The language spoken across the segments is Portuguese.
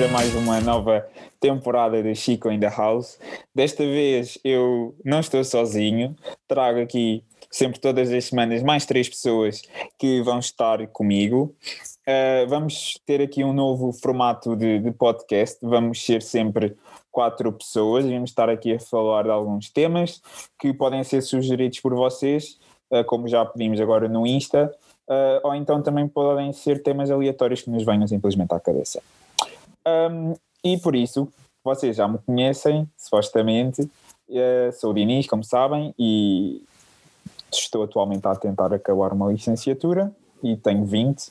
a mais uma nova temporada de Chico in the House. Desta vez eu não estou sozinho, trago aqui sempre todas as semanas mais 3 pessoas que vão estar comigo. Vamos ter aqui um novo formato de podcast, vamos ser sempre 4 pessoas e vamos estar aqui a falar de alguns temas que podem ser sugeridos por vocês, como já pedimos agora no Insta, ou então também podem ser temas aleatórios que nos venham simplesmente à cabeça. E por isso, vocês já me conhecem, supostamente, sou o Diniz, como sabem, e estou atualmente a tentar acabar uma licenciatura e tenho 20.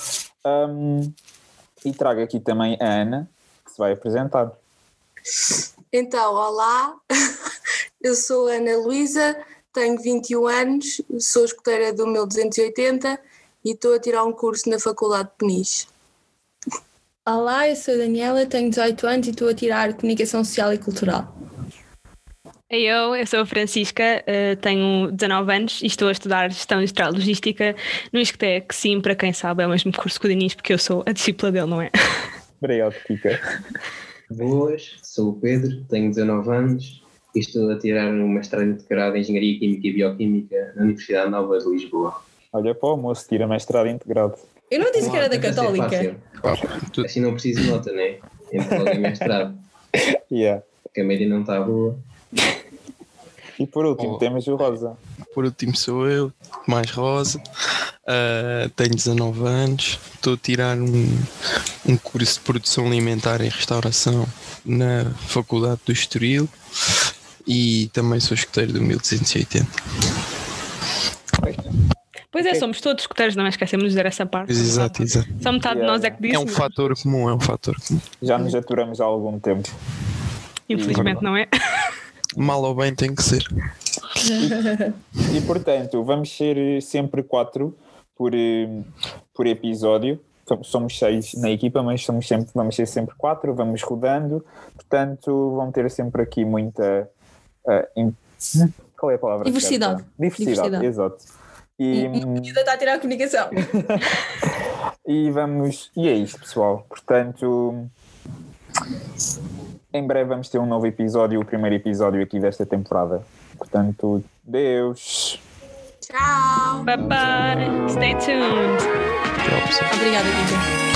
E trago aqui também a Ana, que se vai apresentar. Então, olá, eu sou a Ana Luísa, tenho 21 anos, sou escoteira do 1280 e estou a tirar um curso na Faculdade de Peniche. Olá, eu sou a Daniela, tenho 18 anos e estou a tirar Comunicação Social e Cultural. Eu sou a Francisca, tenho 19 anos e estou a estudar Gestão Industrial e Logística no ISCTE, que sim, para quem sabe, é o mesmo curso que o Diniz, porque eu sou a discípula dele, não é? Obrigado, Kika. Boas, sou o Pedro, tenho 19 anos e estou a tirar um mestrado integrado em Engenharia Química e Bioquímica na Universidade Nova de Lisboa. Olha para o moço, tira mestrado integrado. Eu não disse que era da Católica. Assim não preciso de nota, né? Entre logo em mestrado. Yeah. Porque a média não está boa. E por último temos o Rosa. Por último sou eu, mais Rosa, tenho 19 anos, estou a tirar um curso de produção alimentar e restauração na Faculdade do Estoril e também sou escoteiro do 1280. Pois é, somos todos escoteiros, não esquecemos de dizer essa parte. Exato. Só metade de nós é que disse. É um fator comum. Já nos aturamos há algum tempo. Infelizmente não é. Mal ou bem tem que ser. E portanto, vamos ser sempre 4 por episódio. Somos 6 na equipa, mas vamos ser sempre 4, vamos rodando. Portanto, vão ter sempre aqui muita... qual é a palavra? Diversidade. Diversidade, exato. E ainda está a tirar a comunicação. E é isto, pessoal. Portanto... Em breve vamos ter um novo episódio, o primeiro episódio aqui desta temporada. Portanto, Deus! Tchau! Bye bye! Stay tuned! Obrigada, Kika.